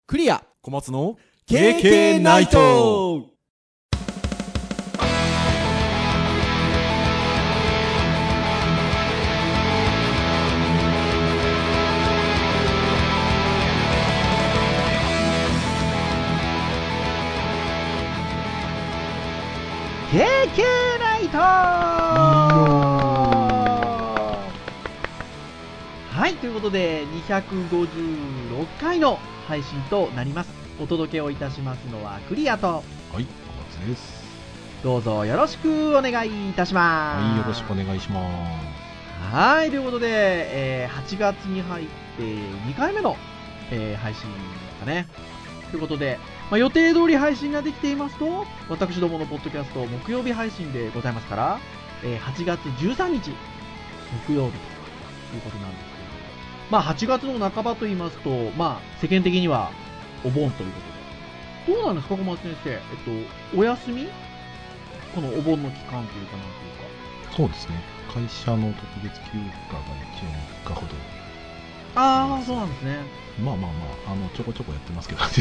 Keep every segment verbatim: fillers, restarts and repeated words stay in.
クリア小松のケーケー ナイト。 ケーケー ナイト。はい、ということでにひゃくごじゅうろっかいの配信となります。お届けをいたしますのはクリアと、 はい、小松です。 どうぞよろしくお願いいたします。 はい、よろしくお願いします。 はい、ということで、えー、はちがつに入ってにかいめの、えー、配信ですかね。ということで、まあ、予定通り配信ができていますと、私どものポッドキャスト木曜日配信でございますから、えー、はちがつじゅうさんにち木曜日ということなんですけど、まあはちがつの半ばと言いますと、まあ世間的にはお盆ということで、どうなんですか小松先生、えっとお休み、このお盆の期間というかなんていうか。 そうですね、会社の特別休暇が一応みっかほど。 ああ、そうなんですね。 まあまあまあ、あのちょこちょこやってますけどね。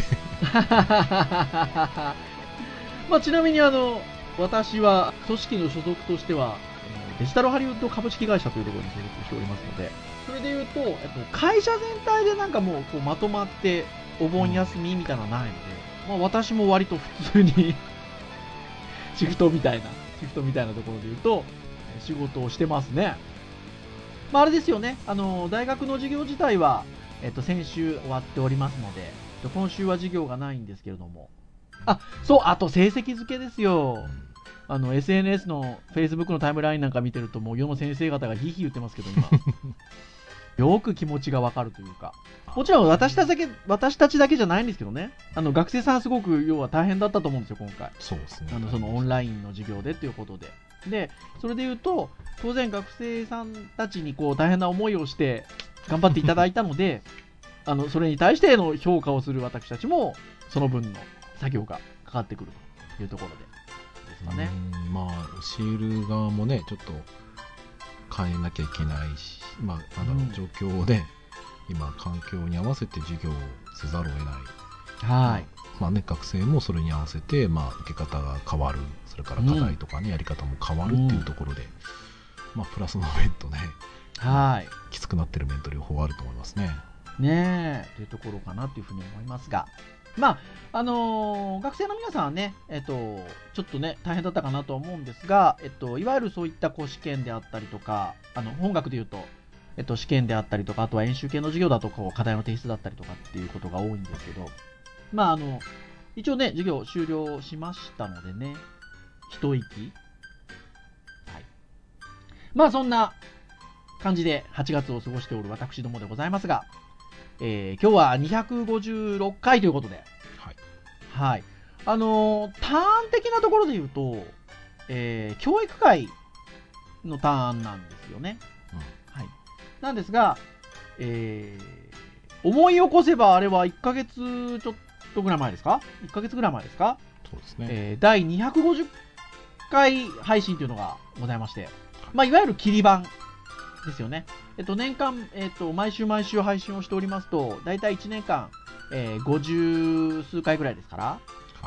まあちなみにあの私は組織の所属としてはデジタルハリウッド株式会社というところに所属しておりますので、それでいうと、えっと、会社全体でなんかもうこうまとまってお盆休みみたいなのはないので、まあ私も割と普通にシフトみたいなシフトみたいなところで言うと仕事をしてますね。まああれですよね、あの大学の授業自体はえっと先週終わっておりますので、今週は授業がないんですけれども、あ、そう、あと成績付けですよ。あの エスエヌエス の Facebook のタイムラインなんか見てると、もう世の先生方がヒーヒー言ってますけど今よく気持ちがわかるというか、もちろん私たちだけ私たちだけじゃないんですけどね、あの学生さんすごく要は大変だったと思うんですよ今回。 そうですね、 あのそのオンラインの授業でということで、でそれで言うと当然学生さんたちにこう大変な思いをして頑張っていただいたのであのそれに対しての評価をする私たちもその分の作業がかかってくるというところでですかね。 うん、まあ教える側もねちょっと変えなきゃいけないし、まあなんだろう、うん、状況で今環境に合わせて授業をせざるを得ない。 はい。 まあね、学生もそれに合わせて、まあ、受け方が変わる、それから課題とかね、うん、やり方も変わるっていうところで、うん、まあプラスの面とね、 はい、 きつくなってる面と両方あると思いますね。 ねえというところかなというふうに思いますが、まああのー、学生の皆さんはね、えっと、ちょっとね大変だったかなと思うんですが、えっと、いわゆるそういったこう試験であったりとか、あの本学でいうと、えっと、試験であったりとか、あとは演習系の授業だとこう課題の提出だったりとかっていうことが多いんですけど、まああの一応ね授業終了しましたのでね、一息、はい、まあそんな感じではちがつを過ごしておる私どもでございますが、えー、今日はにひゃくごじゅうろっかいということで、 はい、 はい、あのー、ターン的なところで言うと、えー、教育会のターンなんですよね。うん、はい、なんですが、えー、思い起こせばあれはいっかげつちょっとぐらい前ですか、いっかげつぐらい前ですか、 そうですね、 えー、だいにひゃくごじゅっかい配信というのがございまして、まあ、いわゆる切り版ですよね。えっと、年間、えっと、毎週毎週配信をしておりますと、だいたいいちねんかん、えー、ごじゅうすうかいぐらいですから、はい。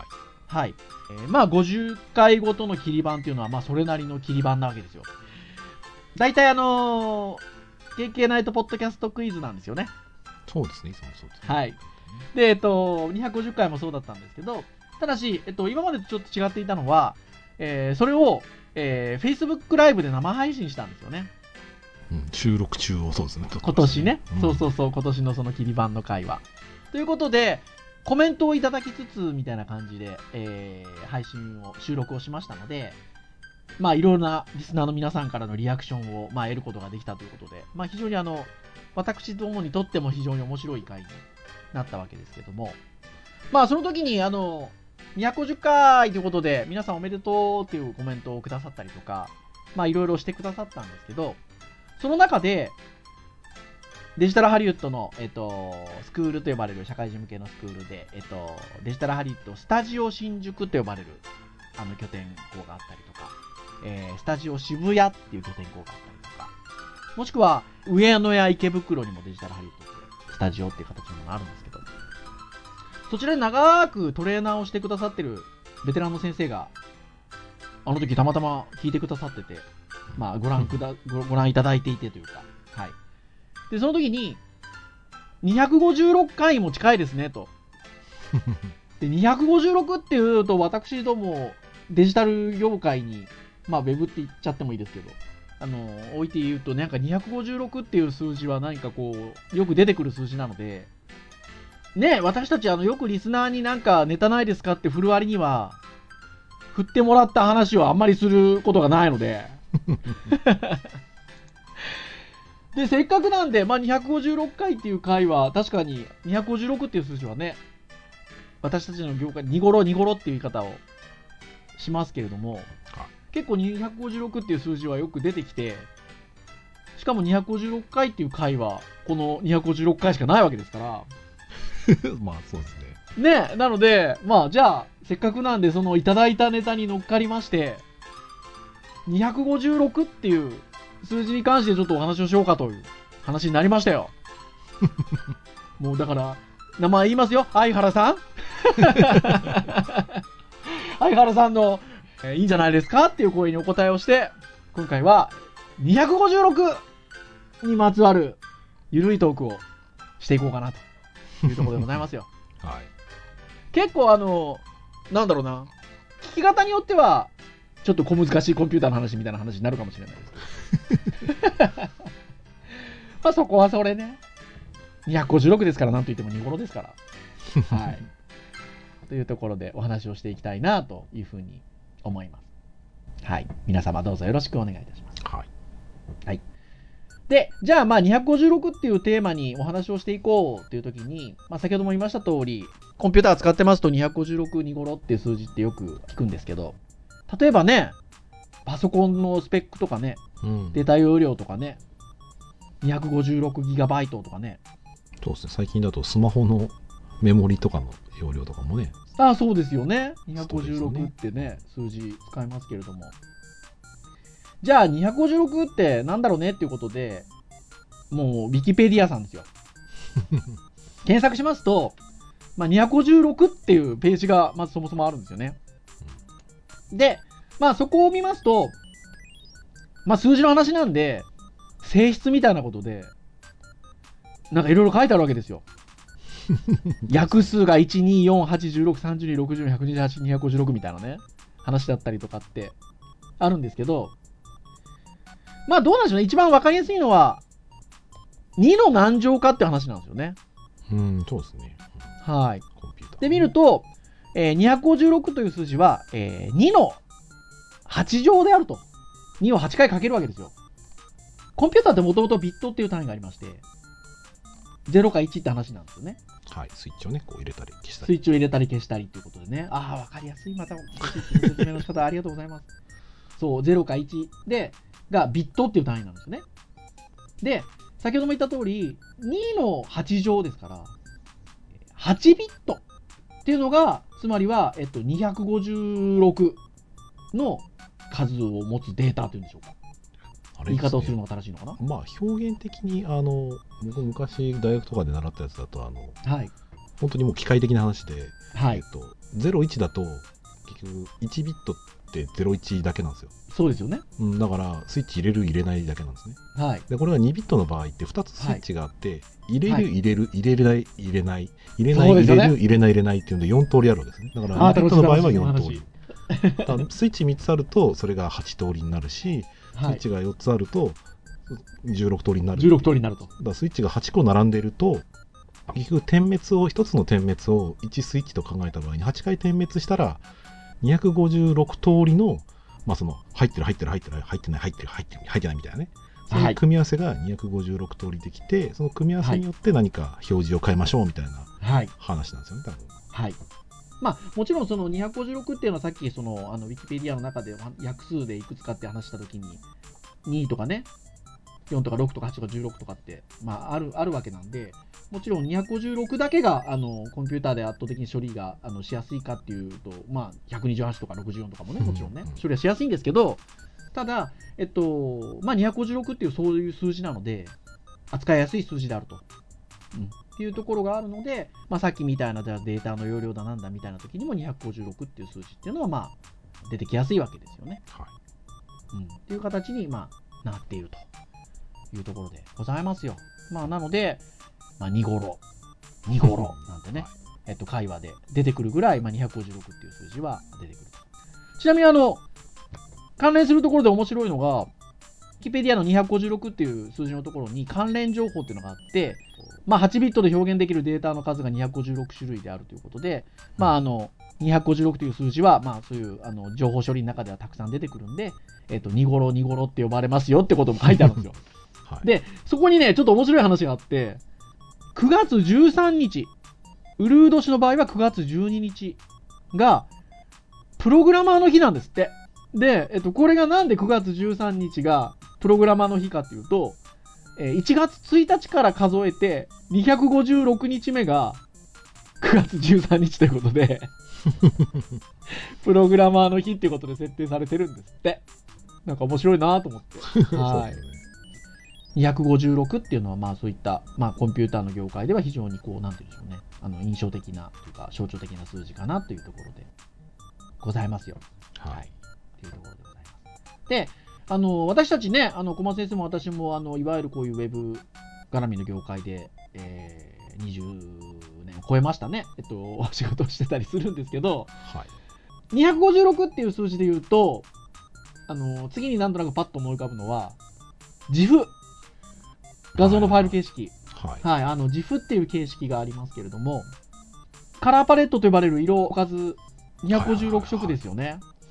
はい。えー、まあ、ごじゅっかいごとの切り版っていうのは、まあ、それなりの切り版なわけですよ。だいたいあのー、ケーケー ナイトポッドキャストクイズなんですよね。 そうですね、いつもそうですね。 はい。で、えっと、にひゃくごじゅっかいもそうだったんですけど、ただし、えっと、今までとちょっと違っていたのは、えー、それを、えー、Facebook ライブで生配信したんですよね。 うん、収録中をそうですね。 今年ね、うん、そうそうそう、今年のその切り版の回は。ということで、コメントをいただきつつみたいな感じで、えー、配信を、収録をしましたので、まあ、いろいろなリスナーの皆さんからのリアクションを、まあ、得ることができたということで、まあ、非常にあの、私どもにとっても非常に面白い回になったわけですけども、まあ、その時に、あの、にひゃくごじゅっかいということで、皆さんおめでとうっていうコメントをくださったりとか、まあ、いろいろしてくださったんですけど、その中で、デジタルハリウッドの、えっと、スクールと呼ばれる社会人向けのスクールで、えっと、デジタルハリウッドスタジオ新宿と呼ばれるあの拠点校があったりとか、えー、スタジオ渋谷っていう拠点校があったりとか、もしくは上野や池袋にもデジタルハリウッドってスタジオっていう形のものがあるんですけど、 そちらで長くトレーナーをしてくださってるベテランの先生が、あの時たまたま聞いてくださってて、まあ、ご覧くだ、ご、ご覧いただいていてというか、はい。で、その時に、にひゃくごじゅうろっかいも近いですね、と。で、にひゃくごじゅうろくっていうと、私どもデジタル業界に、まあ、ウェブって言っちゃってもいいですけど、あの、置いて言うと、なんかにひゃくごじゅうろくっていう数字は何かこう、よく出てくる数字なので、ね、私たちあの、よくリスナーになんかネタないですかって振る割には、振ってもらった話をあんまりすることがないので、で、せっかくなんで、まあ、にひゃくごじゅうろっかいっていう回は、確かににひゃくごじゅうろくっていう数字はね、私たちの業界、にごろにごろっていう言い方をしますけれども、結構にひゃくごじゅうろくっていう数字はよく出てきて、しかもにひゃくごじゅうろっかいっていう回は、このにひゃくごじゅうろっかいしかないわけですから。 まあそうですね。 ね、なので、まあじゃあ、せっかくなんで、そのいただいたネタに乗っかりまして、にひゃくごじゅうろくっていう数字に関してちょっとお話をしようかという話になりましたよ。もうだから、名前言いますよ。相原さん相原さんの、えー、いいんじゃないですかっていう声にお答えをして、今回はにひゃくごじゅうろくにまつわるゆるいトークをしていこうかなというところでございますよ。 はい。 結構あの、なんだろうな、聞き方によっては、ちょっと小難しいコンピューターの話みたいな話になるかもしれないですけど。まあそこはそれね。にひゃくごじゅうろくですから、なんといってもにごろですから。はい。というところでお話をしていきたいなというふうに思います。はい。皆様どうぞよろしくお願いいたします。 はい。 はい。で、じゃあまあにひゃくごじゅうろくっていうテーマにお話をしていこうっていう時に、まあ先ほども言いました通り、コンピューター使ってますとにひゃくごじゅうろく、にごろっていう数字ってよく聞くんですけど、例えばね、パソコンのスペックとかね、 うん、 データ容量とかね、にひゃくごじゅうろくギガバイトとかね。 そうですね、最近だとスマホのメモリとかの容量とかもね。 ああ、そうですよね。にひゃくごじゅうろくってね、数字使いますけれども。じゃあにひゃくごじゅうろくってなんだろうねっていうことで、もう、ウィキペディアさんですよ。検索しますと、まあ、にひゃくごじゅうろくっていうページがまずそもそもあるんですよね。で、まあそこを見ますと、まあ数字の話なんで、性質みたいなことで、なんかいろいろ書いてあるわけですよ。約数がいち、に、よん、はち、じゅうろく、さんじゅうに、ろくじゅうよん、ひゃくにじゅうはち、にひゃくごじゅうろくみたいなね、話だったりとかってあるんですけど、まあどうなんでしょうね。一番わかりやすいのは、にの何乗かって話なんですよね。 うん、そうですね。 はい。 コンピューターで見ると、えー、にひゃくごじゅうろくという数字は、えー、にのはち乗であると。にをはちかいかけるわけですよ。コンピューターってもともとビットっていう単位がありまして、ゼロかいちって話なんですよね。 はい、スイッチをね、こう入れたり消したり。 スイッチを入れたり消したりということでね。ああ、わかりやすい。また、説明の仕方ありがとうございます。そう、ゼロかいちで、がビットっていう単位なんですよね。で、先ほども言った通り、にのはち乗ですから、はちビットっていうのが、つまりは、えっと、にひゃくごじゅうろくの数を持つデータというんでしょうか。あれですね、言い方をするのが正しいのかな。 まあ、表現的に、あの、僕昔大学とかで習ったやつだと、あの、 はい、 本当にもう機械的な話で、 はい、 えっと、ゼロいちだと、結局、いちビットってゼロいちだけなんですよ。 そうですよね。 うん、だから、スイッチ入れる、入れないだけなんですね。 はい。 で、これがにビットの場合ってふたつスイッチがあって、はい、入れる、 はい、 入れる、入れない、入れない、入れない、入れる、入れない、入れないっていうのでよん通りあるわけですね。だから、にビットの場合はよん通り。スイッチみっつあると、それがはち通りになるし、スイッチがよっつあると、じゅうろく通りになる。 じゅうろく通りになると。 だからスイッチがはちこ並んでると、結局点滅を、ひとつの点滅をいちスイッチと考えた場合にはちかい点滅したら、にひゃくごじゅうろく通りの、まあその、入ってる入ってる入ってる入ってない入ってる入ってる入ってないみたいなね。その組み合わせがにひゃくごじゅうろく通りできて、その組み合わせによって何か表示を変えましょうみたいな話なんですよね、多分。 はい。まあ、もちろんそのにひゃくごじゅうろくっていうのはさっきそのあのウィキペディアの中で約数でいくつかって話したときににとかね、よんとかろくとかはちとかじゅうろくとかって、まあ、ある、あるわけなんで、もちろんにひゃくごじゅうろくだけがあのコンピューターで圧倒的に処理があのしやすいかっていうと、まあ、ひゃくにじゅうはちとかろくじゅうよんとかもね、もちろんね、処理はしやすいんですけど、ただ、えっと、まあ、にひゃくごじゅうろくっていうそういう数字なので、扱いやすい数字であると。うん。 っていうところがあるので、まあ、さっきみたいなデータの容量だなんだみたいな時にもにひゃくごじゅうろくっていう数字っていうのはまあ出てきやすいわけですよね。 はい。 うん、っていう形にまあなっているというところでございますよ。まあなので、まあ、に頃に頃なんてね、えっと会話で出てくるぐらい、まあ、にひゃくごじゅうろくっていう数字は出てくると。ちなみにあの関連するところで面白いのが、ウィキペディアのにひゃくごじゅうろくっていう数字のところに関連情報っていうのがあって、まあ、はちビットで表現できるデータの数がにひゃくごじゅうろく種類であるということで、まあ、あのにひゃくごじゅうろくという数字は、まあ、そういうあの情報処理の中ではたくさん出てくるんで、えっと、に頃に頃って呼ばれますよってことも書いてあるんですよ。 はい、 で、そこにね、ちょっと面白い話があって、くがつじゅうさんにち、ウルー年の場合はくがつじゅうににちが、プログラマーの日なんですって。で、えっと、これがなんでくがつじゅうさんにちがプログラマーの日かっていうと、いちがつついたちから数えてにひゃくごじゅうろくにちめがくがつじゅうさんにちということでプログラマーの日っていうことで設定されてるんですって。なんか面白いなと思って。はい。にひゃくごじゅうろくっていうのはまあそういった、まあ、コンピューターの業界では非常にこうなんていうんでしょうね、あの印象的なというか象徴的な数字かなというところでございますよ。はい。はい、っていうところでございます。で、あの私たちね、あの小松先生も私もあのいわゆるこういうウェブ絡みの業界で、えー、にじゅうねんを超えましたね、えっと、仕事をしてたりするんですけど、 はい、 にひゃくごじゅうろくっていう数字で言うと、あの次になんとなくパッと思い浮かぶのは ジフ 画像のファイル形式、 はいはい、あの ジフ っていう形式がありますけれども、カラーパレットと呼ばれる色数にひゃくごじゅうろくしょくですよね。はいはいはいはい、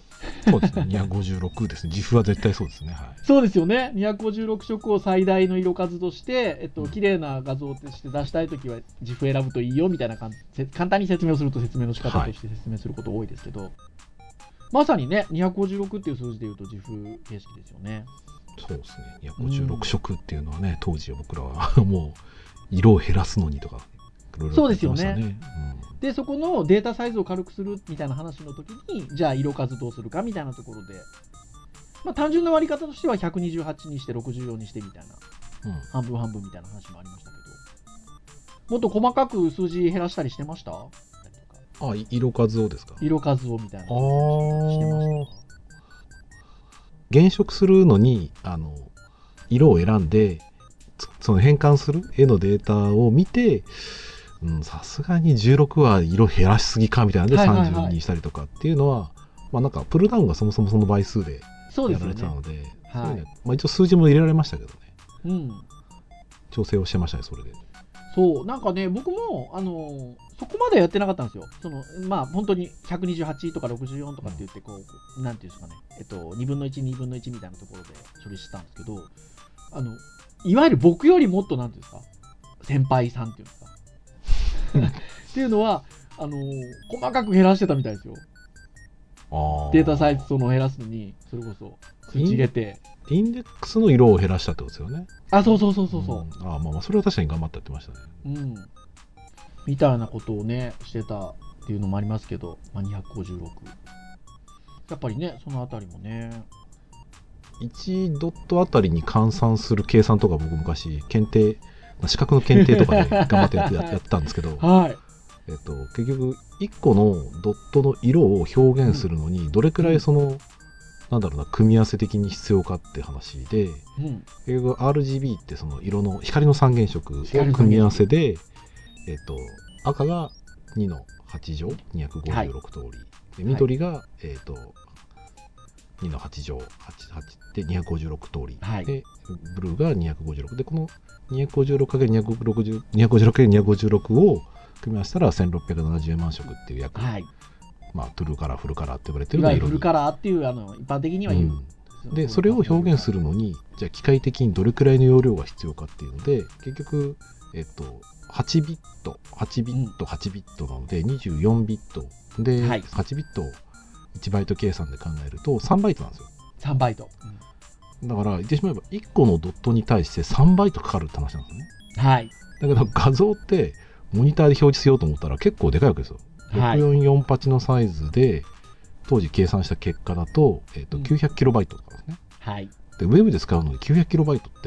そうですね、にひゃくごじゅうろくですね。ジフは絶対そうですね。はい、 そうですよね。にひゃくごじゅうろくしょくを最大の色数として、えっと、綺麗な画像として出したいときは、ジフ選ぶといいよみたいな感じ、簡単に説明をすると説明の仕方として説明すること多いですけど、はい、まさにね、にひゃくごじゅうろくっていう数字でいうと、ジフ形式ですよね。 そうですね。にひゃくごじゅうろくしょくっていうのはね、うん、当時は僕らはもう、色を減らすのにとか、いろいろ言ってましたね。そうですよね。うん、 でそこのデータサイズを軽くするみたいな話の時に、じゃあ色数どうするかみたいなところで、まあ、単純な割り方としてはひゃくにじゅうはちにしてろくじゅうよんにしてみたいな、うん、半分半分みたいな話もありましたけど、もっと細かく数字減らしたりしてました？あ、 色数をですか？ 色数をみたいな話してました。 減色するのにあの色を選んでその変換する絵のデータを見て、さすがにじゅうろくは色減らしすぎかみたいなのでさんじゅうににしたりとかっていうのは、はいはいはい、まあなんかプルダウンがそもそもその倍数でやられてたので、そうですよね、はい、まあ、一応数字も入れられましたけどね、うん、調整をしてましたね、それで。 そうなんかね、僕もあのそこまでやってなかったんですよ。そのまあ本当にひゃくにじゅうはちとかろくじゅうよんとかって言ってこう、うん、なんていうんですかね、えっとにぶんのいち、にぶんのいちみたいなところで処理してたんですけど、あのいわゆる僕よりもっとなんていうんですか、先輩さんっていうんですかっていうのはあの細かく減らしてたみたいですよ。あデータサイズその減らすのにそれこそ数値入れてインデックスの色を減らしたってことですよね。 あ、そうそうそうそうそう、 うん、あまあまあそれは確かに頑張ってやってましたね。 うん、みたいなことをねしてたっていうのもありますけど、まあ、にひゃくごじゅうろくやっぱりねそのあたりもねいちドットあたりに換算する計算とか僕昔検定資格の検定とかで頑張ってやってやってたんですけど、 はいえっと、結局いっこのドットの色を表現するのにどれくらいその、うん、なんだろうな組み合わせ的に必要かって話で、うん、結局 アールジービー ってその色の光の三原色を組み合わせで、えっと、赤がにのはち乗にひゃくごじゅうろく通り、はい、で緑が、はい、えっとにのはち乗はち、はちでにひゃくごじゅうろく通り、はい、でブルーがにひゃくごじゅうろくでこの にひゃくごじゅうろくかけるにひゃくろくじゅう にひゃくごじゅうろくかけるにひゃくごじゅうろく を組み合わせたらせんろっぴゃくななじゅうまん色っていう約、はい、まあトゥルーカラーフルカラーって呼ばれてるいわゆるフルカラーっていうあの一般的には言う、 うん、でそれを表現するのにじゃあ機械的にどれくらいの容量が必要かっていうので結局えっとはちビットはちビットはちビットなのでにじゅうよんビットで、はい、はちビットをいちバイト計算で考えるとさんバイトなんですよ。 さんバイト、 うん、だから言ってしまえばいっこのドットに対してさんバイトかかるって話なんですよね。 はい。 だけど画像ってモニターで表示しようと思ったら結構でかいわけですよ。ろくよんよんはちのサイズで当時計算した結果だと、えーと、きゅうひゃくキロバイトとかですね、 うん、はい。 でウェブで使うのにきゅうひゃくキロバイトって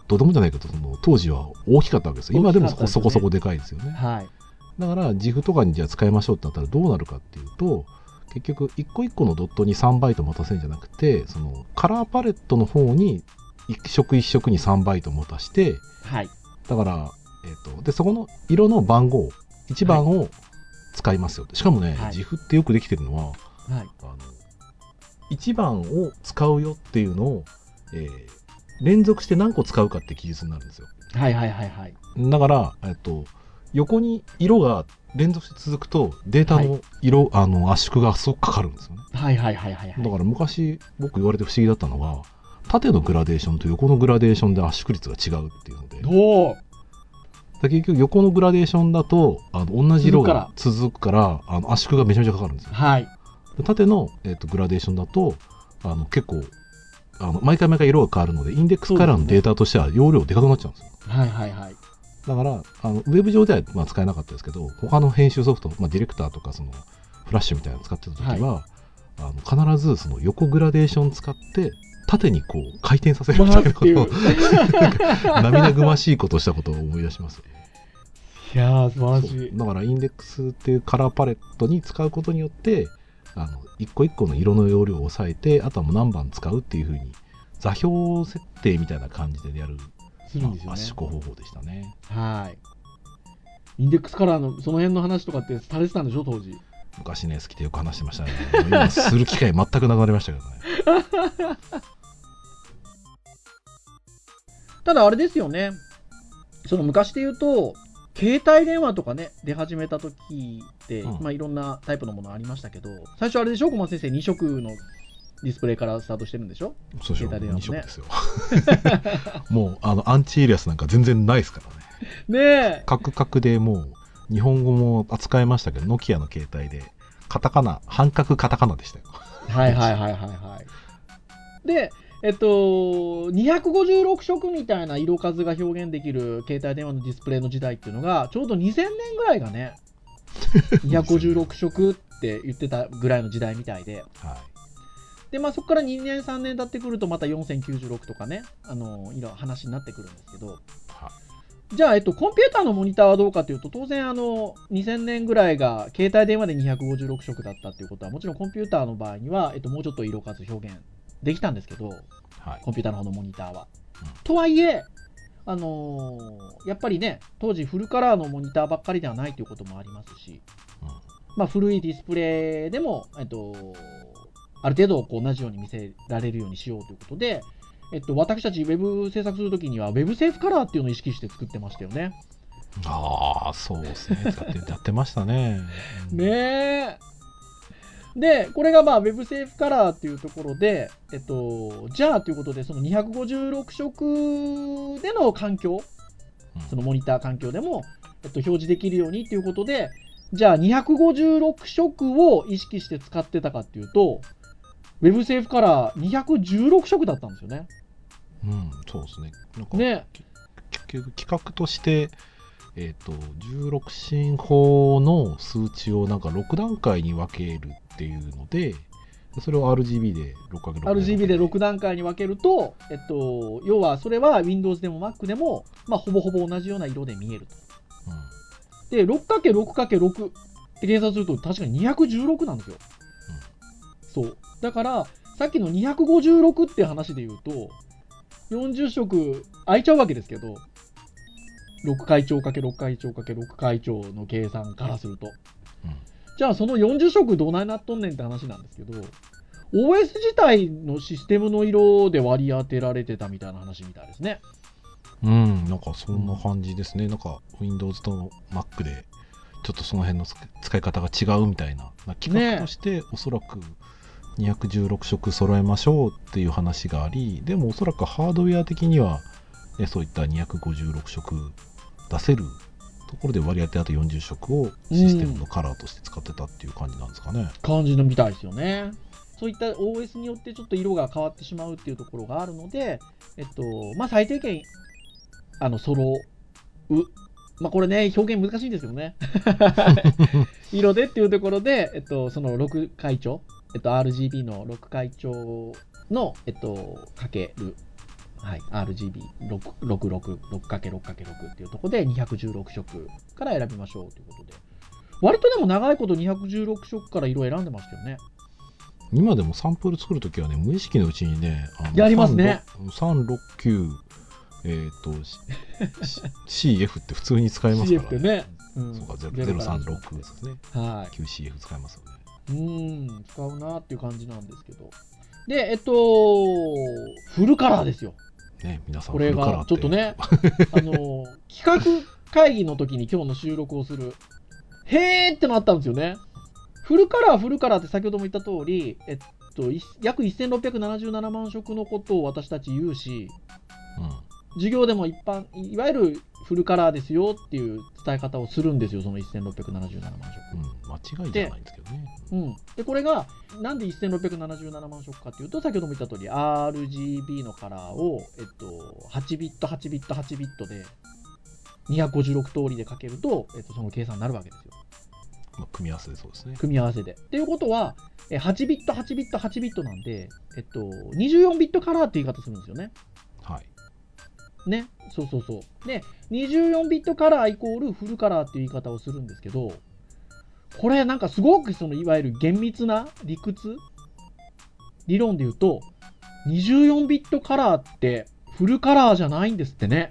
どうでもじゃないけどその当時は大きかったわけですよ。今でもそこ、 大きかったですねそこそこでかいですよね。 はい。 だからジフとかにじゃあ使いましょうってなったらどうなるかっていうと、結局一個一個のドットにさんバイト持たせるんじゃなくて、そのカラーパレットの方に一色一色にさんバイト持たして、 はい。 だから、えーと、でそこの色の番号いちばんを使いますよ。しかもね、 はい、 ジフってよくできてるのは、 はい、 あのいちばんを使うよっていうのを、えー、連続して何個使うかって記述になるんですよ。 はいはいはいはい。 だから、えっと、横に色が連続して続くとデータの色、はい、あの圧縮がすごくかかるんですよね。 はいはいはいはい、はい。 だから昔僕言われて不思議だったのが、縦のグラデーションと横のグラデーションで圧縮率が違うっていうので、 お結局横のグラデーションだとあの同じ色が続くからあの圧縮がめちゃめちゃかかるんですよ。 はい。 縦の、えーと、グラデーションだとあの結構あの毎回毎回色が変わるのでインデックスカラーのデータとしては容量でかくなっちゃうんですよ。 はいはいはい。 だからあのウェブ上ではまあ使えなかったですけど、他の編集ソフト、まあ、ディレクターとかそのフラッシュみたいなの使ってた時は、はい、あの必ずその横グラデーション使って縦にこう回転させるみたいなことを涙ぐましいことをしたことを思い出します。 いやー素晴らしい。 だからインデックスっていうカラーパレットに使うことによってあの一個一個の色の容量を抑えて、あとはもう何番使うっていう風に座標設定みたいな感じでやるするんですよね。 圧縮方法でしたね。 はい。インデックスカラーのその辺の話とかってされてたんでしょ当時。 昔ね好きでよく話してましたね。今する機会全くなくなりましたけどね。 ただあれですよね。その昔で言うと携帯電話とかね出始めた時って、うん、まあいろんなタイプのものありましたけど、最初あれでしょ小松先生に色のディスプレイからスタートしてるんでしょ。 そうでしょ、ね、に色ですよ。もうあのアンチエリアスなんか全然ないですからね。 ねえ。 カクカクでもう日本語も扱いましたけど、ノキアの携帯でカタカナ半角カタカナでしたよ。 はいはいはいはいはい。でえっとにひゃくごじゅうろく色みたいな色数が表現できる携帯電話のディスプレイの時代っていうのがちょうどにせんねんぐらいがねにひゃくごじゅうろく色って言ってたぐらいの時代みたいで、はい、でまあそこからにねんさんねん経ってくるとまたよんせんきゅうじゅうろくとかね、あのいろ話になってくるんですけど、はい、じゃあ、えっと、コンピューターのモニターはどうかというと、当然あのにせんねんぐらいが携帯電話でにひゃくごじゅうろく色だったっていうことはもちろんコンピューターの場合には、えっと、もうちょっと色数表現できたんですけど、はい、コンピューターの方のモニターは、うん、とはいえ、あのー、やっぱりね当時フルカラーのモニターばっかりではないということもありますし、うん、まあ、古いディスプレイでも、えっと、ある程度こう同じように見せられるようにしようということで、えっと、私たちウェブ制作するときにはウェブセーフカラーっていうのを意識して作ってましたよね。 ああそうですね、使ってやってましたね。 ねえ。でこれがまあ Web セーフカラーっていうところで、えっと、じゃあということでそのにひゃくごじゅうろく色での環境、そのモニター環境でも、えっと、表示できるようにということで、じゃあにひゃくごじゅうろく色を意識して使ってたかっていうと Web セーフカラーにひゃくじゅうろく色だったんですよね。 うん、そうですね。なんかね、 結局企画としてえー、とじゅうろく進法の数値をなんかろく段階に分けるっていうので、それを アールジービー で ろくかけるろくアールジービー でろく段階に分けると、えっと、要はそれは Windows でも Mac でも、まあ、ほぼほぼ同じような色で見えると。うん、で ろくかけるろくかけるろく って計算すると確かににひゃくじゅうろくなんですよ。うん、そうだからさっきのにひゃくごじゅうろくって話で言うとよんじゅう色空いちゃうわけですけど、ろく回帳 ×ろく 回帳 ×ろく 回帳の計算からすると、うん、じゃあそのよんじゅう色どないなっとんねんって話なんですけど、 オーエス 自体のシステムの色で割り当てられてたみたいな話みたいですね。 うん、なんかそんな感じですね。なんか Windows と Mac でちょっとその辺の使い方が違うみたいな、企画としておそらくにひゃくじゅうろく色揃えましょうっていう話があり、でもおそらくハードウェア的には、ね、そういったにひゃくごじゅうろく色出せるところで割り当てあとよんじゅう色をシステムのカラーとして使ってたっていう感じなんですかね。 感じのみたいですよね。そういった オーエス によってちょっと色が変わってしまうっていうところがあるので、えっとまあ、最低限あの揃う、まあ、これね表現難しいんですよね。色でっていうところで、えっと、そのろく回帳、えっと、アールジービー のろく回帳の、えっと、かけるはい、アールジービーろくろくろく、ろくかけるろくかけるろく っていうところでにひゃくじゅうろくしょくから選びましょうということで、割とでも長いことにひゃくじゅうろくしょくから色選んでましたよね。 今でもサンプル作るときはね、無意識のうちにね、あのやりますね。 さんろくきゅう、えっ、と シーエフ って普通に使えますからね。シーエフ ってね、うん、そうかゼロさんろくですね。はい。キューシーエフ 使えますよね。 うーん、使うなっていう感じなんですけど。で、えっと、フルカラーですよ。 ね、皆さんこれがちょっとね、あの企画会議の時に今日の収録をする、へーってなったんですよね。フルカラー、フルカラーって先ほども言った通り、えっと、約せんろっぴゃくななじゅうななまんしょくのことを私たち言うし、うん、授業でも一般、いわゆるフルカラーですよっていう伝え方をするんですよ、そのせんろっぴゃくななじゅうななまんしょく。 うん、間違いじゃないんですけどね。 うん、でこれがなんでせんろっぴゃくななじゅうななまんしょくかというと、先ほども言った通り アールジービー のカラーを、えっと、はちビットはちビットはちビットでにひゃくごじゅうろく通りでかけると、えっと、その計算になるわけですよ。 まあ、組み合わせでそうですね。 組み合わせで。っていうことは、はちビットはちビットはちビットなんで、えっと、にじゅうよんビットカラーって言い方するんですよね。 はい。 ね、そうそうそう。で、にじゅうよんビットカラーイコールフルカラーっていう言い方をするんですけど、これなんかすごくそのいわゆる厳密な理屈理論で言うと、にじゅうよんビットカラーってフルカラーじゃないんですってね。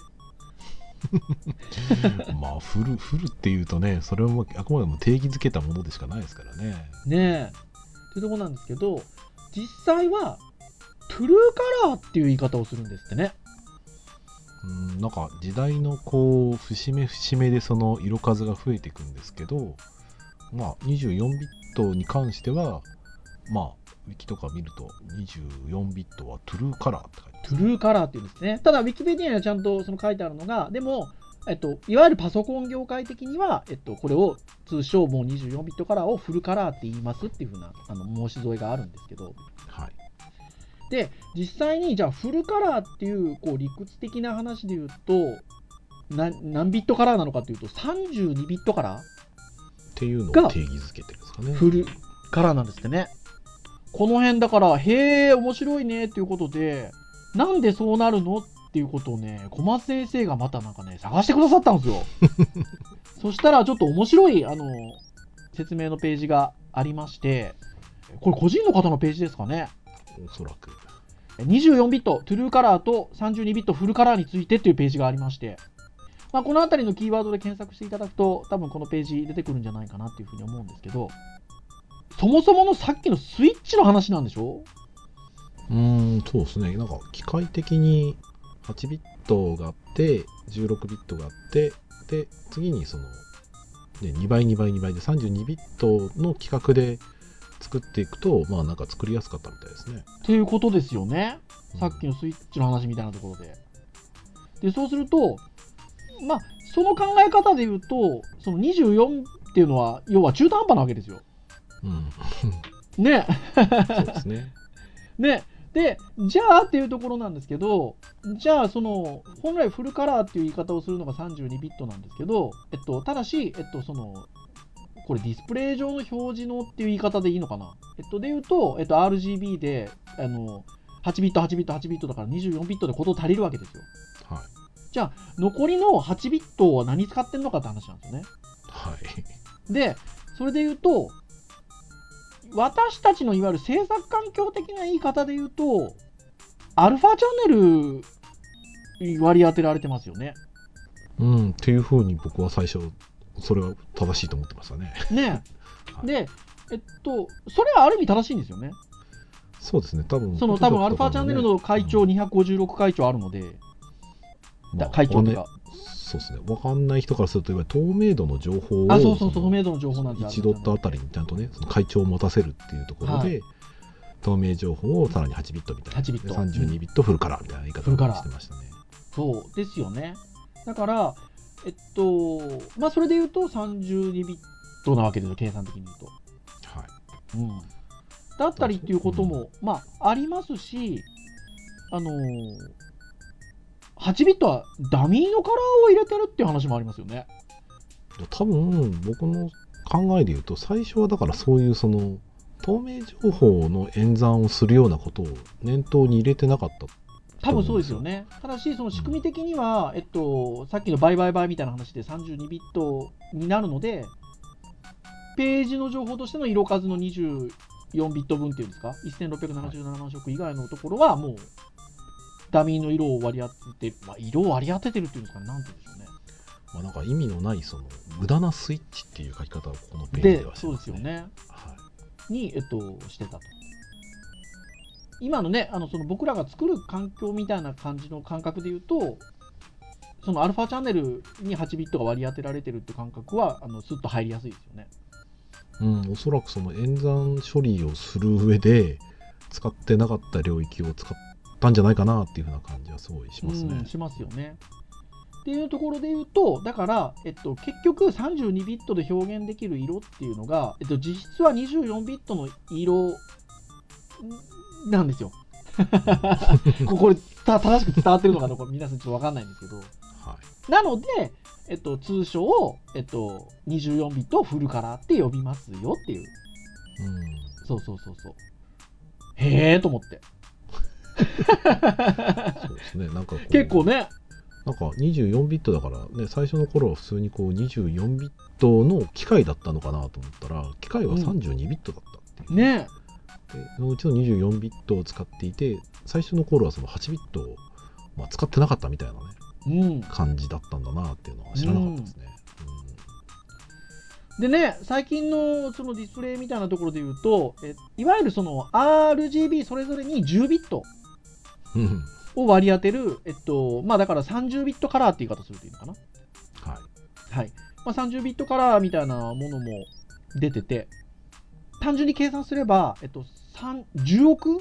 まあフルフルっていうとね、それもあくまでも定義づけたものでしかないですからね。 ねえっていうところなんですけど、実際はトゥルーカラーっていう言い方をするんですってね。 うん、なんか時代のこう節目節目でその色数が増えていくんですけど、まあにじゅうよんビットに関してはまあウィキとか見るとにじゅうよんビットはトゥルーカラーって書いてある。 トゥルーカラーっていうんですね。ただウィキペディアにはちゃんとその書いてあるのが、でも、えっと、いわゆるパソコン業界的には、えっと、これを通称もうにじゅうよんビットカラーをフルカラーって言いますっていう風なあの申し添えがあるんですけど、 はい。 で実際にじゃあフルカラーっていうこう理屈的な話で言うとな何ビットカラーなのかというとさんじゅうにビットカラーっていうのを定義づけてるんですかね。 フルカラーなんですってね。この辺だからへえ面白いねっていうことで、なんでそうなるのっていうことをね、小松先生がまたなんかね探してくださったんですよ。そしたらちょっと面白いあの説明のページがありまして、これ個人の方のページですかね。 おそらくにじゅうよんビットトゥルーカラーとさんじゅうにビットフルカラーについてっていうページがありまして、まあ、この辺りのキーワードで検索していただくと多分このページ出てくるんじゃないかなっていうふうに思うんですけど、そもそものさっきのスイッチの話なんでしょ？ うーん、そうですね。なんか機械的にはちビットがあってじゅうろくビットがあって、で次にその、ね、にばいにばいにばいでさんじゅうにビットの規格で作っていくと、まあなんか作りやすかったみたいですね。 っていうことですよね。さっきのスイッチの話みたいなところで。で、そうすると、まあ、その考え方で言うと、そのにじゅうよんっていうのは、要は中途半端なわけですよ。うん。ね。 そうですね。 ね。で、じゃあっていうところなんですけど、じゃあその、本来フルカラーっていう言い方をするのがさんじゅうにビットなんですけど、えっと、ただし、えっと、その、これディスプレイ上の表示のっていう言い方でいいのかな。えっと、で言うと、えっと、アールジービー で、あの、はちビット、はちビット、はちビットだからにじゅうよんビットでこと足りるわけですよ。 はい。 じゃあ、残りのはちビットは何使ってんのかって話なんですよね。 はい。 で、それで言うと、私たちのいわゆる制作環境的な言い方で言うと、アルファチャンネル割り当てられてますよね。 うん、っていうふうに僕は最初、それは正しいと思ってましたね。 ねえ。で、えっと、それはある意味正しいんですよね。 そうですね、多分。 その多分アルファチャンネルの会長、にひゃくごじゅうろく会長あるので、 まあ、 会長とか。 そうですね、分かんない人からすると、いわゆる透明度の情報を、 あ、そうそうそう、透明度の情報なんですよ。 いちドットあたりにちゃんとね、その会長を持たせるっていうところで、はい、透明情報をさらにはちビットみたいな、はちビットさんじゅうにビットフルカラーみたいな言い方をしてましたね。 そうですよね。だから、えっと、まあ、それで言うとさんじゅうにビットなわけですよ、計算的に言うと。 はい。 うん。だったりっていうことも、うん、まあ、ありますし、あのー、はちビットはダミーのカラーを入れてるっていう話もありますよね。 多分、僕の考えで言うと、最初はだからそういうその、透明情報の演算をするようなことを念頭に入れてなかった。 多分そうですよね。ただし、その仕組み的には、えっと、さっきの倍倍倍みたいな話でさんじゅうにビットになるので、ページの情報としての色数のにじゅうよんビット分っていうんですか、せんろっぴゃくななじゅうななまん色以外のところは、もう、ダミーの色を割り当てて、まあ、色を割り当ててるっていうんですかね、なんて言うんでしょうね。 まあ、なんか意味のないその無駄なスイッチっていう書き方をこのページではしてますね。 そうですよね。 はい、 に、えっと、してたと。今のね、あのその僕らが作る環境みたいな感じの感覚で言うと、そのアルファチャンネルにはちビットが割り当てられてるって感覚は、あのスッと入りやすいですよね。 うん、おそらくその演算処理をする上で使ってなかった領域を使ったんじゃないかなっていうふうな感じはすごいしますね。 うん、しますよね。っていうところで言うと、だから、えっと、結局さんじゅうにビットで表現できる色っていうのが、えっと、実質はにじゅうよんビットの色なんですよ。これた正しく伝わってるのかどうか皆さんちょっと分かんないんですけど、 はい、 なので、えっと、通称、えっと、にじゅうよんビットをフルカラーって呼びますよっていう。 うん、 そうそうそうそう。へえと思って。 そうですね。なんかこう結構ね。 なんかにじゅうよんビットだからね、最初の頃は普通にこうにじゅうよんビットの機械だったのかなと思ったら、機械はさんじゅうにビットだったっていう。 うん、ね。 でそのうちのにじゅうよんビットを使っていて、最初の頃はそのはちビットを、まあ、使ってなかったみたいなね、 うん、 感じだったんだなっていうのは知らなかったですね。 うん、でね、最近のそのディスプレイみたいなところで言うと、えいわゆるその アールジービー それぞれにじゅうビットを割り当てる、えっと、まあだからさんじゅうビットカラーって言い方するといいのかな。 はい。 はい。まあ、さんじゅうビットカラーみたいなものも出てて、単純に計算すれば、えっと、じゅうおく ?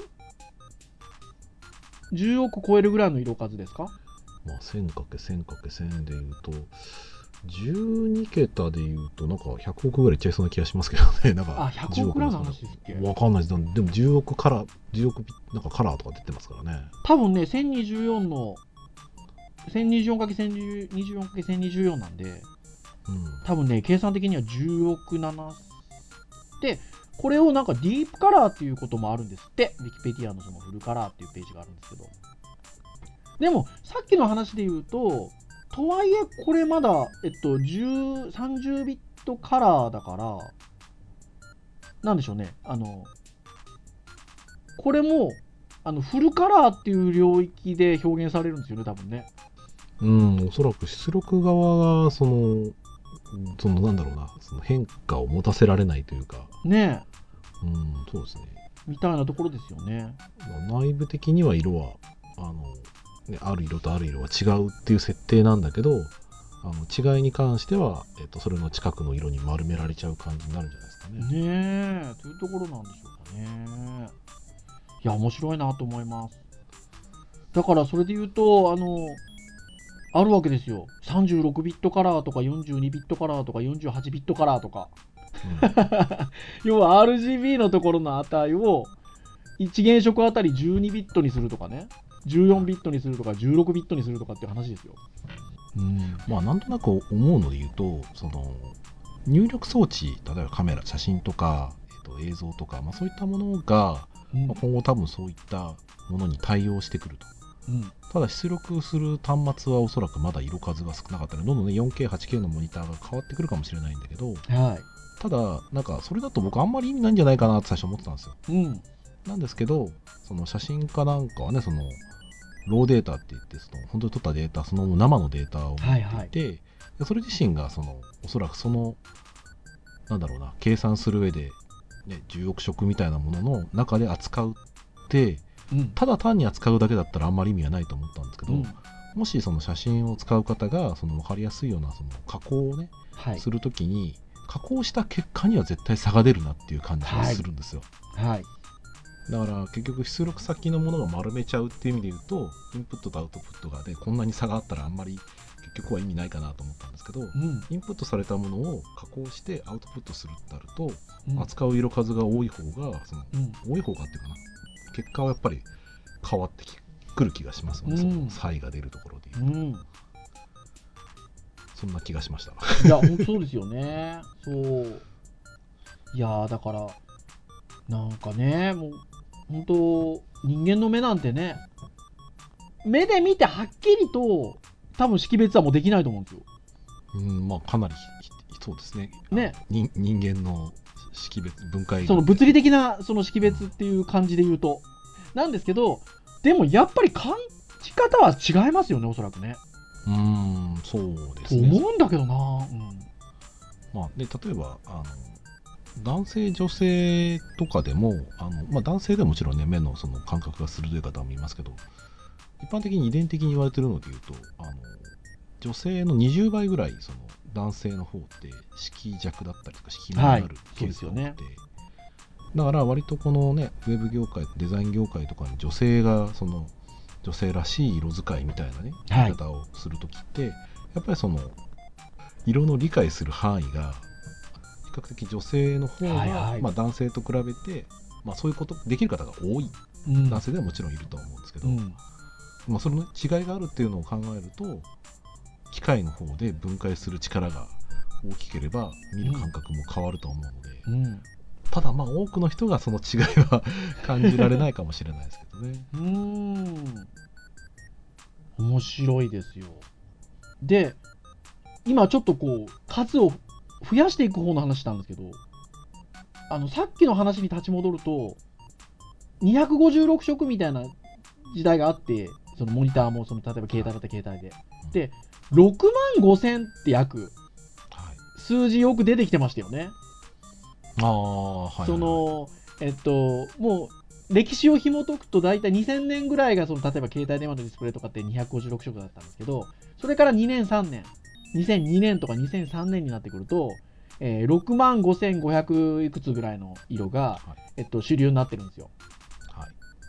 じゅう 億超えるぐらいの色数ですか？ まあ せんかけるせんかけるせん でいうと、じゅうに桁でいうと、なんかひゃくおくぐらいいっちゃいそうな気がしますけどね。なんかあ、ひゃくおくぐらいの話ですっけ？ わかんないです。でもじゅうおくカラー、じゅうおくなんかカラーとか出てますからね。 多分ね、せんにじゅうよんの、せんにじゅうよんかけるせんにじゅうよんかけるせんにじゅうよん なんで、 うん、 多分ね、計算的にはじゅうおくななで、これをなんかディープカラーっていうこともあるんですって、ウィキペディアのそのフルカラーっていうページがあるんですけど。でも、さっきの話で言うと、とはいえ、これまだ、えっと、じゅう、さんじゅうビットカラーだから、なんでしょうね、あの、これも、あの、フルカラーっていう領域で表現されるんですよね、多分ね。 うん、おそらく出力側が、その、そのなんだろうな、その変化を持たせられないというか、 ねえ、うん、そうですね。 みたいなところですよね。 内部的には色は、あの、ね、ある色とある色は違うっていう設定なんだけど、あの違いに関しては、えっと、それの近くの色に丸められちゃう感じになるんじゃないですかね。 ねえ、というところなんでしょうかね。いや、面白いなと思います。だからそれで言うと、あの、あるわけですよ。さんじゅうろくビットカラーとかよんじゅうにビットカラーとかよんじゅうはちビットカラーとか。うん、要は アールジービー のところの値をいち原色あたりじゅうにビットにするとかね。じゅうよんビットにするとかじゅうろくビットにするとかっていう話ですよ。 うん、まあなんとなく思うので言うと、その入力装置、例えばカメラ、写真とか、えっと、映像とか、まあ、そういったものが、 うんまあ、今後多分そういったものに対応してくると。 うん、 ただ出力する端末はおそらくまだ色数が少なかったので、どんどんね よんケー、はちケー のモニターが変わってくるかもしれないんだけど、 はただなんかそれだと僕あんまり意味ないんじゃないかなって最初思ってたんですよ。 い。うん。 なんですけど、その写真家なんかはね、そのローデータって言って、その本当に取ったデータ、その生のデータを持っていて、 はいはい、 でそれ自身がそのおそらくそのなんだろうな、計算する上で、ね、じゅうおく色みたいなものの中で扱うって、 うん、 ただ単に扱うだけだったらあんまり意味がないと思ったんですけど、 うん、 もしその写真を使う方がその分かりやすいようなその加工をね、 はい、 するときに加工した結果には絶対差が出るなっていう感じがするんですよ。 はい。 だから結局出力先のものが丸めちゃうっていう意味で言うと、インプットとアウトプットがで、ね、こんなに差があったらあんまり結局は意味ないかなと思ったんですけど、うん、インプットされたものを加工してアウトプットするってなると、うん、扱う色数が多い方がその、うん、多い方がっていうかな、結果はやっぱり変わってくる気がしますよね、うん、その差異が出るところで言うと、うん、そんな気がしました。 いや本当そうですよね。そういやだからなんかね、もう本当人間の目なんてね、 目で見てはっきりと多分識別はもうできないと思うんですよ。 うん、まあかなりそうですね。 ね、 人人間の識別分解その物理的なその識別っていう感じで言うとなんですけど、でもやっぱり感じ方は違いますよね、おそらくね。 うーん、そうですね。 と思うんだけどな。うん、 まあで例えばあの男性女性とかでもあの、まあ、男性でももちろんね目のその感覚が鋭い方もいますけど、一般的に遺伝的に言われてるのでいうとあの女性のにじゅうばいぐらいその男性の方って色弱だったりとか色盲になるケースが多くて、はいね、だから割とこのねウェブ業界デザイン業界とかに女性がその女性らしい色使いみたいなね言い方をするときって、はい、やっぱりその色の理解する範囲が比較的女性の方が、はいはい、まあ、男性と比べて、まあ、そういうことできる方が多い、うん、男性ではもちろんいると思うんですけど、うん、まあ、その違いがあるっていうのを考えると機械の方で分解する力が大きければ見る感覚も変わると思うので、うん、ただまあ多くの人がその違いは感じられないかもしれないですけどね。 うーん、面白いですよ。で今ちょっとこう数を増やしていく方の話なんですけど、あのさっきの話に立ち戻るとにひゃくごじゅうろく色みたいな時代があって、そのモニターもその例えば携帯だったら携帯で、うん、でろくまんごせんって約、はい、数字よく出てきてましたよね。 ああ、はいはいはい、 そのえっともう歴史を紐解くと大体にせんねんぐらいがその例えば携帯電話のディスプレイとかってにひゃくごじゅうろく色だったんですけど、それからにねんさんねんにせんにねんとかにせんさんねんになってくると、えー、ろくまんごせんごひゃくいくつぐらいの色が、はい、えっと、主流になってるんですよ。はい、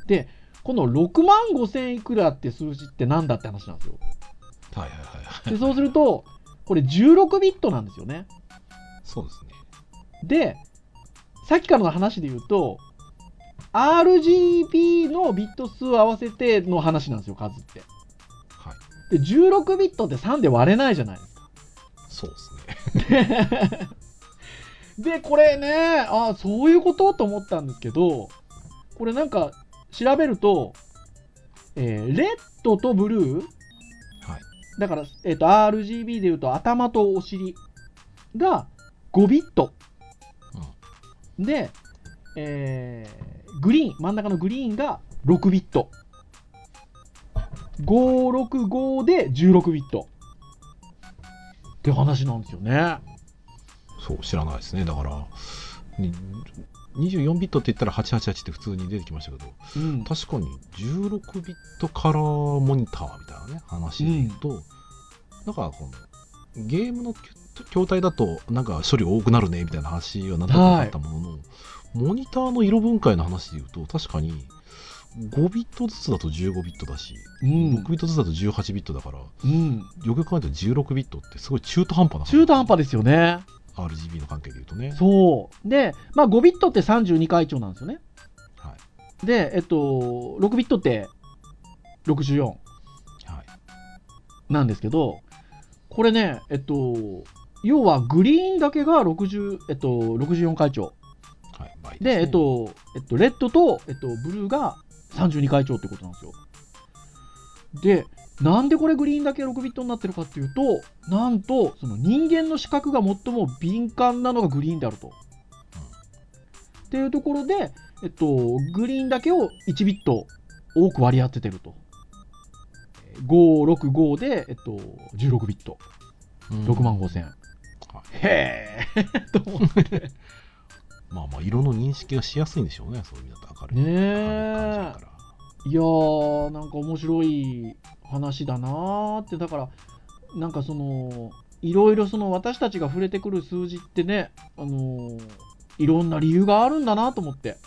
でこのろくまんごせんいくらって数字ってなんだって話なんですよ。 はいはいはい、 でそうするとこれじゅうろくビットなんですよね。 そうですね。 でさっきからの話で言うと アールジービー のビット数を合わせての話なんですよ、数って。はい、でじゅうろくビットってさんで割れないじゃないですか。 そうですね。 でこれね、あそういうことと思ったんですけど、これなんか調べると、えー、レッドとブルー、はい、だから、えーと、アールジービー でいうと頭とお尻がごビット、うん、で、えー、グリーン真ん中のグリーンがろくビット、ごひゃくろくじゅうごでじゅうろくビットって話なんですよね。 そう知らないですね。だからにじゅうよんビットって言ったらはちひゃくはちじゅうはちって普通に出てきましたけど、うん、確かにじゅうろくビットカラーモニターみたいなね話で言うと、うん、なんかこのゲームの筐体だとなんか処理多くなるねみたいな話はなんとなくあったものの、はい、モニターの色分解の話で言うと確かにごビットずつだとじゅうごビットだし、うん、ろくビットずつだとじゅうはちビットだから、うん、よく考えるとじゅうろくビットってすごい中途半端な中途半端ですよね。 アールジービー の関係で言うとね。 そうで、まあ、ごビットってさんじゅうにかいちょうなんですよね。はい、で、えっと、ろくビットってろくじゅうよん、はい、なんですけど、これね、えっと、要はグリーンだけがろくじゅう、えっと、ろくじゅうよんかいちょう、はい、倍ですね。で、えっと、えっと、レッドと、えっと、ブルーがさんじゅうにかいちょうってことなんですよ。でなんでこれグリーンだけろくビットになってるかっていうと、なんとその人間の視覚が最も敏感なのがグリーンであると、うん、っていうところで、えっと、グリーンだけをいちビット多く割り当ててると。ごひゃくろくじゅうごで、えっと、じゅうろくビット、うん、ろくまんごせん、はい、へーと思ってまあまあ色の認識がしやすいんでしょうね、そういう意味だと明るい、 ねえ、明るい感じだから。いやーなんか面白い話だなーって。だからなんかそのいろいろその私たちが触れてくる数字ってね、あのー、いろんな理由があるんだなと思って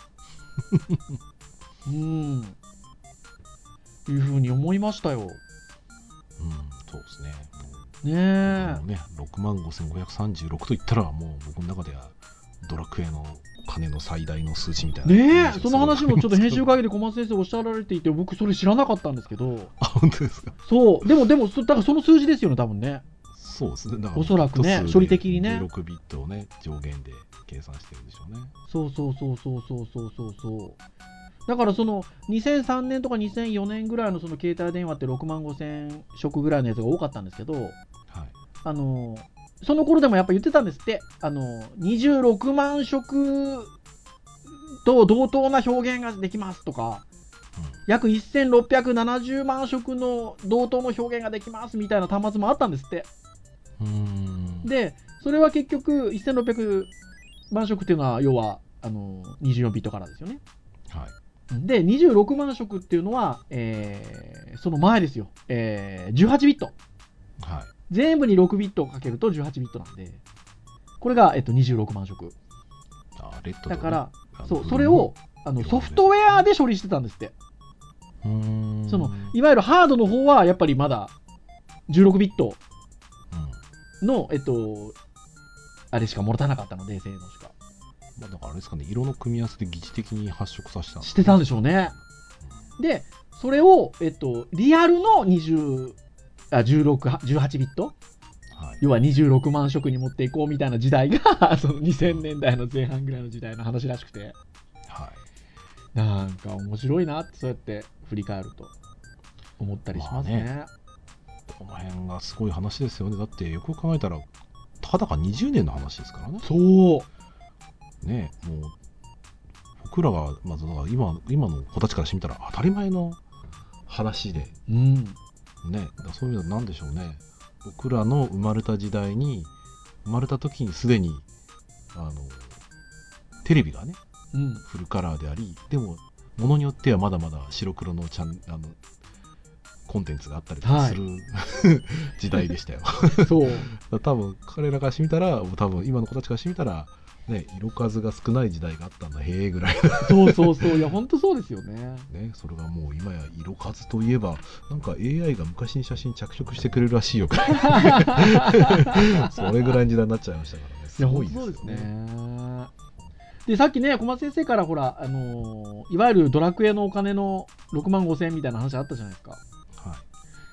うんいうふうに思いましたよ。うん、 そうですね。 ねえ、 ね、ろくまんごせんごひゃくさんじゅうろくといったらもう僕の中ではドラクエの金の最大の数値みたいな。 ねえ、その話もちょっと編集会議で小松先生おっしゃられていて、僕それ知らなかったんですけど。 あ、本当ですか。 そう、でもでもだからその数字ですよね、多分ね。 そうですね。だからおそらくね、処理的にね。 じゅうろくビットをね上限で計算してるんでしょうね。 そうそうそうそうそうそうそうそう。 だからそのにせんさんねんとかにせんよねんぐらいのその携帯電話ってろくまんごせんしょくぐらいのやつが多かったんですけど、はい、あのその頃でもやっぱ言ってたんですって。あのにじゅうろくまんしょくと同等な表現ができますとか、うん、約せんろっぴゃくななじゅうまんしょくの同等の表現ができますみたいな端末もあったんですって。うーんでそれは結局せんろっぴゃくまんしょくっていうのは要はあのにじゅうよんビットからですよね。はい、でにじゅうろくまんしょくっていうのは、えー、その前ですよ、えー、じゅうはちビット、はい、全部にろくビットかけるとじゅうはちビットなんで、これが、えっと、にじゅうろくまんしょく。あレッドだからそうそれをあのソフトウェアで処理してたんですって。うーんそのいわゆるハードの方はやっぱりまだじゅうろくビットの、うん、えっとあれしか持たなかったので、性能しか。 まあ、だからあれですかね、色の組み合わせで疑似的に発色させた、 ね、してたんでしょうね。うん、でそれを、えっと、リアルのにじゅうあじゅうろく、じゅうはちビット、はい、要はにじゅうろくまんしょくに持っていこうみたいな時代がそのにせんねんだいの前半ぐらいの時代の話らしくて、はい、なんか面白いなってそうやって振り返ると思ったりしますね。まあね、 この辺がすごい話ですよね。だってよく考えたらただかにじゅうねんの話ですからね。 そうね、もう僕らがまず今今の子たちからしてみたら当たり前の話で、うんね、だそういう意味では何でしょうね。僕らの生まれた時代に生まれた時にすでにあのテレビがね、うん、フルカラーであり、でもものによってはまだまだ白黒のチャンあのコンテンツがあったりとかする、はい、時代でしたよ。そう多分彼らからしてみたら、多分今の子たちからしてみたら、ね、色数が少ない時代があったんだへえぐらい。 そうそうそう、いや本当そうですよね。 ね、それがもう今や色数といえばなんか エーアイ が昔に写真着色してくれるらしいよ。それぐらいの時代になっちゃいましたからね。すごいですよね。いや本当そうですね。 でさっきね小松先生からほら、あのー、いわゆるドラクエのお金のろくまんごせんみたいな話あったじゃないですか。はい、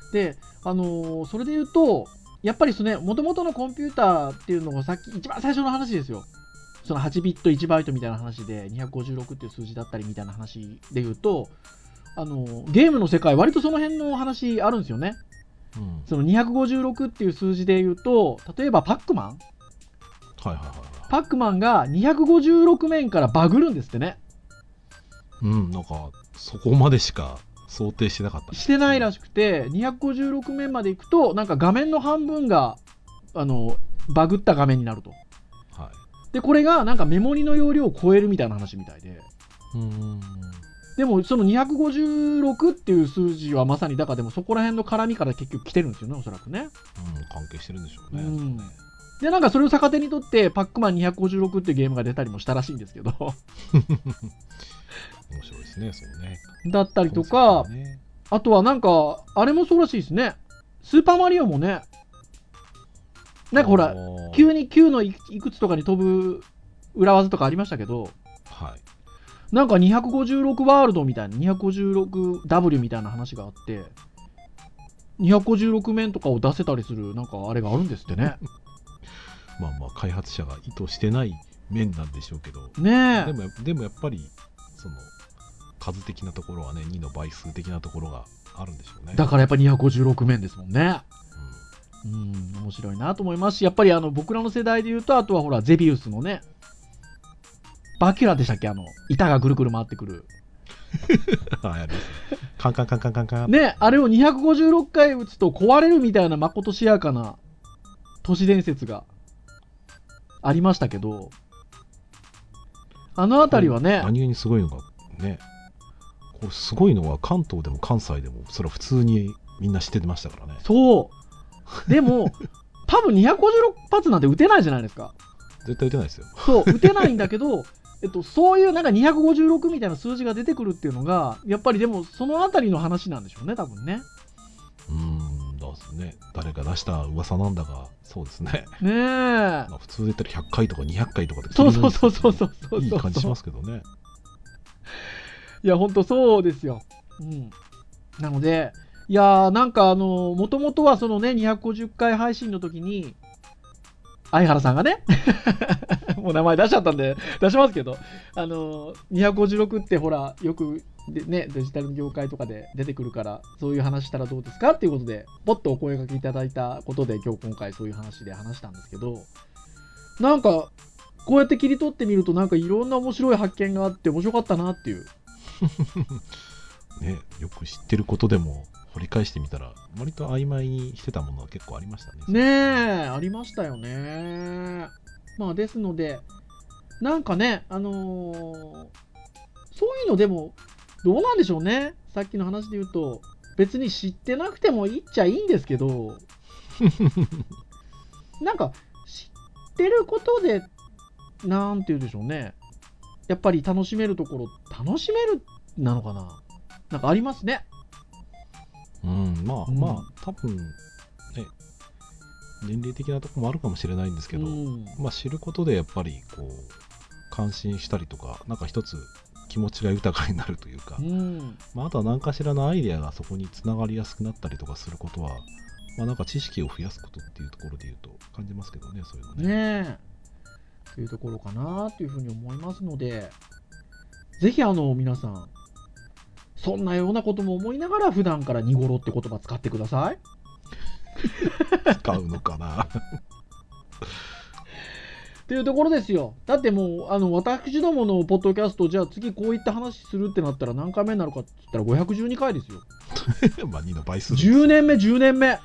で、あのー、それで言うとやっぱりそのもともとのコンピューターっていうのがさっき一番最初の話ですよ。そのはちビットいちバイトみたいな話でにひゃくごじゅうろくっていう数字だったりみたいな話で言うと、あのー、ゲームの世界割とその辺の話あるんですよね。うん、そのにひゃくごじゅうろくっていう数字で言うと、例えばパックマン、はいはいはい、パックマンがにひゃくごじゅうろく面からバグるんですってね。 うん、なんかそこまでしか想定してなかった、ね、 してないらしくて、にひゃくごじゅうろく面までいくとなんか画面の半分があのバグった画面になると。はい、でこれがなんかメモリの容量を超えるみたいな話みたいで、うーんでもそのにひゃくごじゅうろくっていう数字はまさにだからでもそこら辺の絡みから結局来てるんですよね、おそらくね。 うん、関係してるんでしょうね。 うんでなんかそれを逆手にとってパックマンにひゃくごじゅうろくっていうゲームが出たりもしたらしいんですけど面白いですね、そうね。 だったりとか、ね、あとはなんかあれもそうらしいですね。スーパーマリオもね、なんかほら急にきゅうのいくつとかに飛ぶ裏技とかありましたけど、はい、なんかにひゃくごじゅうろくワールドみたいな にひゃくごじゅうろくダブリュー みたいな話があってにひゃくごじゅうろく面とかを出せたりするなんかあれがあるんですってね。 まあまあ開発者が意図してない面なんでしょうけど、 ねえでもでもやっぱりその数的なところはねにの倍数的なところがあるんでしょうね。 だからやっぱりにひゃくごじゅうろく面ですもんね。うん、うん面白いなと思いますし、やっぱりあの僕らの世代で言うとあとはほらゼビウスのねバキュラでしたっけ、あの板がぐるぐる回ってくるはいありますね。カンカンカンカンカンカンね、あれをにひゃくごじゅうろっかい打つと壊れるみたいなまことしやかな都市伝説がありましたけど、あのあたりはね、 何気にすごいのがね、これすごいのは関東でも関西でもそれは普通にみんな知ってましたからね。 そうでも多分にひゃくごじゅうろく発なんて打てないじゃないですか。 絶対打てないですよ。 そう打てないんだけどえっと、そういうなんかにひゃくごじゅうろくみたいな数字が出てくるっていうのがやっぱりでもそのあたりの話なんでしょうね、多分ね。 うーんだすね、誰が出した噂なんだが、そうですね。 ねえ、まあ、普通で言ったらひゃっかいとかにひゃっかいとかでそうそうそうそうそうそういい感じしますけどね。 いや本当そうですよ。うん。なのでいやーなんかあのもともとはそのねにひゃくごじゅっかい配信の時に相原さんがねもう名前出しちゃったんで出しますけど、あのにひゃくごじゅうろくってほらよくで、ね、デジタルの業界とかで出てくるから、そういう話したらどうですかっていうことでポッとお声掛けいただいたことで、今日今回そういう話で話したんですけど、なんかこうやって切り取ってみると、なんかいろんな面白い発見があって面白かったなっていうね、よく知ってることでも掘り返してみたら割と曖昧にしてたものは結構ありましたね。 ねえ、ありましたよね。まあですので、なんかね、あのーそういうのでもどうなんでしょうね。さっきの話で言うと、別に知ってなくてもいいっちゃいいんですけどなんか知ってることで、なんて言うんでしょうね、やっぱり楽しめるところ、楽しめるなのかな、なんかありますね。 うん、まあ、 うん、 まあ多分ね、年齢的なところもあるかもしれないんですけど、うん、まあ知ることでやっぱりこう感心したりとか、なんか一つ気持ちが豊かになるというか、うん、まあ、あとは何かしらのアイデアがそこにつながりやすくなったりとかすることは、まあ、なんか知識を増やすことっていうところで言うと感じますけどね、そういうのね。 ねえ、というところかなというふうに思いますので、ぜひあの皆さん、そんなようなことも思いながら普段からニゴロって言葉使ってください。 使うのかなっていうところですよ。だってもうあの私どものポッドキャスト、じゃあ次こういった話するってなったら何回目になるかって言ったらごひゃくじゅうにかいですよ。 まあにの倍数。 じゅうねんめじゅうねんめ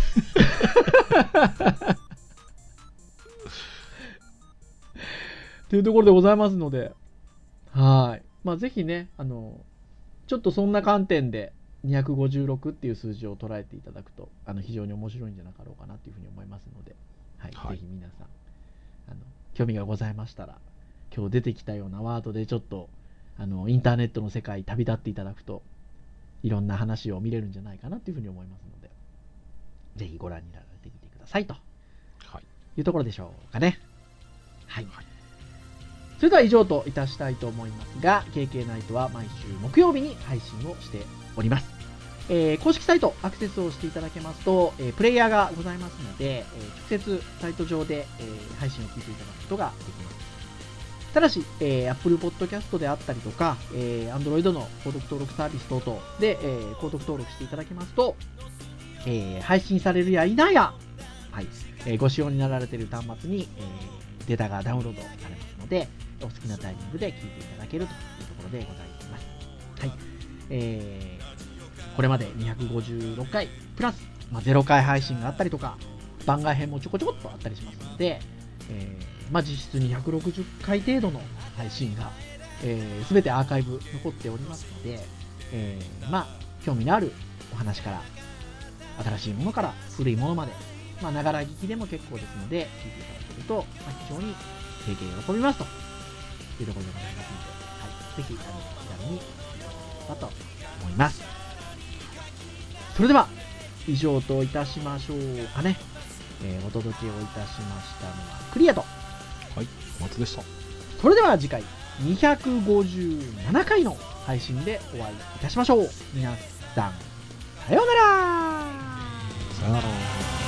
っていうところでございますので、はい、まあぜひね、あのちょっとそんな観点でにひゃくごじゅうろくっていう数字を捉えていただくと、あの非常に面白いんじゃなかろうかなというふうに思いますので、はいはい、ぜひ皆さんあの興味がございましたら、今日出てきたようなワードでちょっとあのインターネットの世界旅立っていただくと、いろんな話を見れるんじゃないかなというふうに思いますので、ぜひご覧になられてみてくださいと、はい、いうところでしょうかね。はい、はい、それでは以上といたしたいと思いますが、 ケーケー ナイトは毎週木曜日に配信をしております。えー、公式サイトアクセスをしていただけますと、えー、プレイヤーがございますので、えー、直接サイト上で、えー、配信を聞いていただくことができます。ただし、えー、Apple Podcast であったりとか、えー、Android の購読登録サービス等々で、えー、購読登録していただきますと、えー、配信されるや否や、はい、えー、ご使用になられている端末に、えー、データがダウンロードされますので、お好きなタイミングで聞いていただけるというところでございます。はい。えーこれまでにひゃくごじゅうろっかいプラス、まあ、ゼロかい配信があったりとか、番外編もちょこちょこっとあったりしますので、えーまあ、実質にひゃくろくじゅっかい程度の配信が、えー、全てアーカイブ残っておりますので、えー、まあ興味のあるお話から、新しいものから古いものまで、まあながら聞きでも結構ですので、聞いていただけると、まあ、非常に経験喜びますというところでございますので、はい、ぜひあの気軽に聞いていただければと思います。それでは以上といたしましょうかね。えー、お届けをいたしましたのはクリアと、 はい、松でした。 それでは次回にひゃくごじゅうななかいの配信でお会いいたしましょう。皆さんさようなら。 さようなら。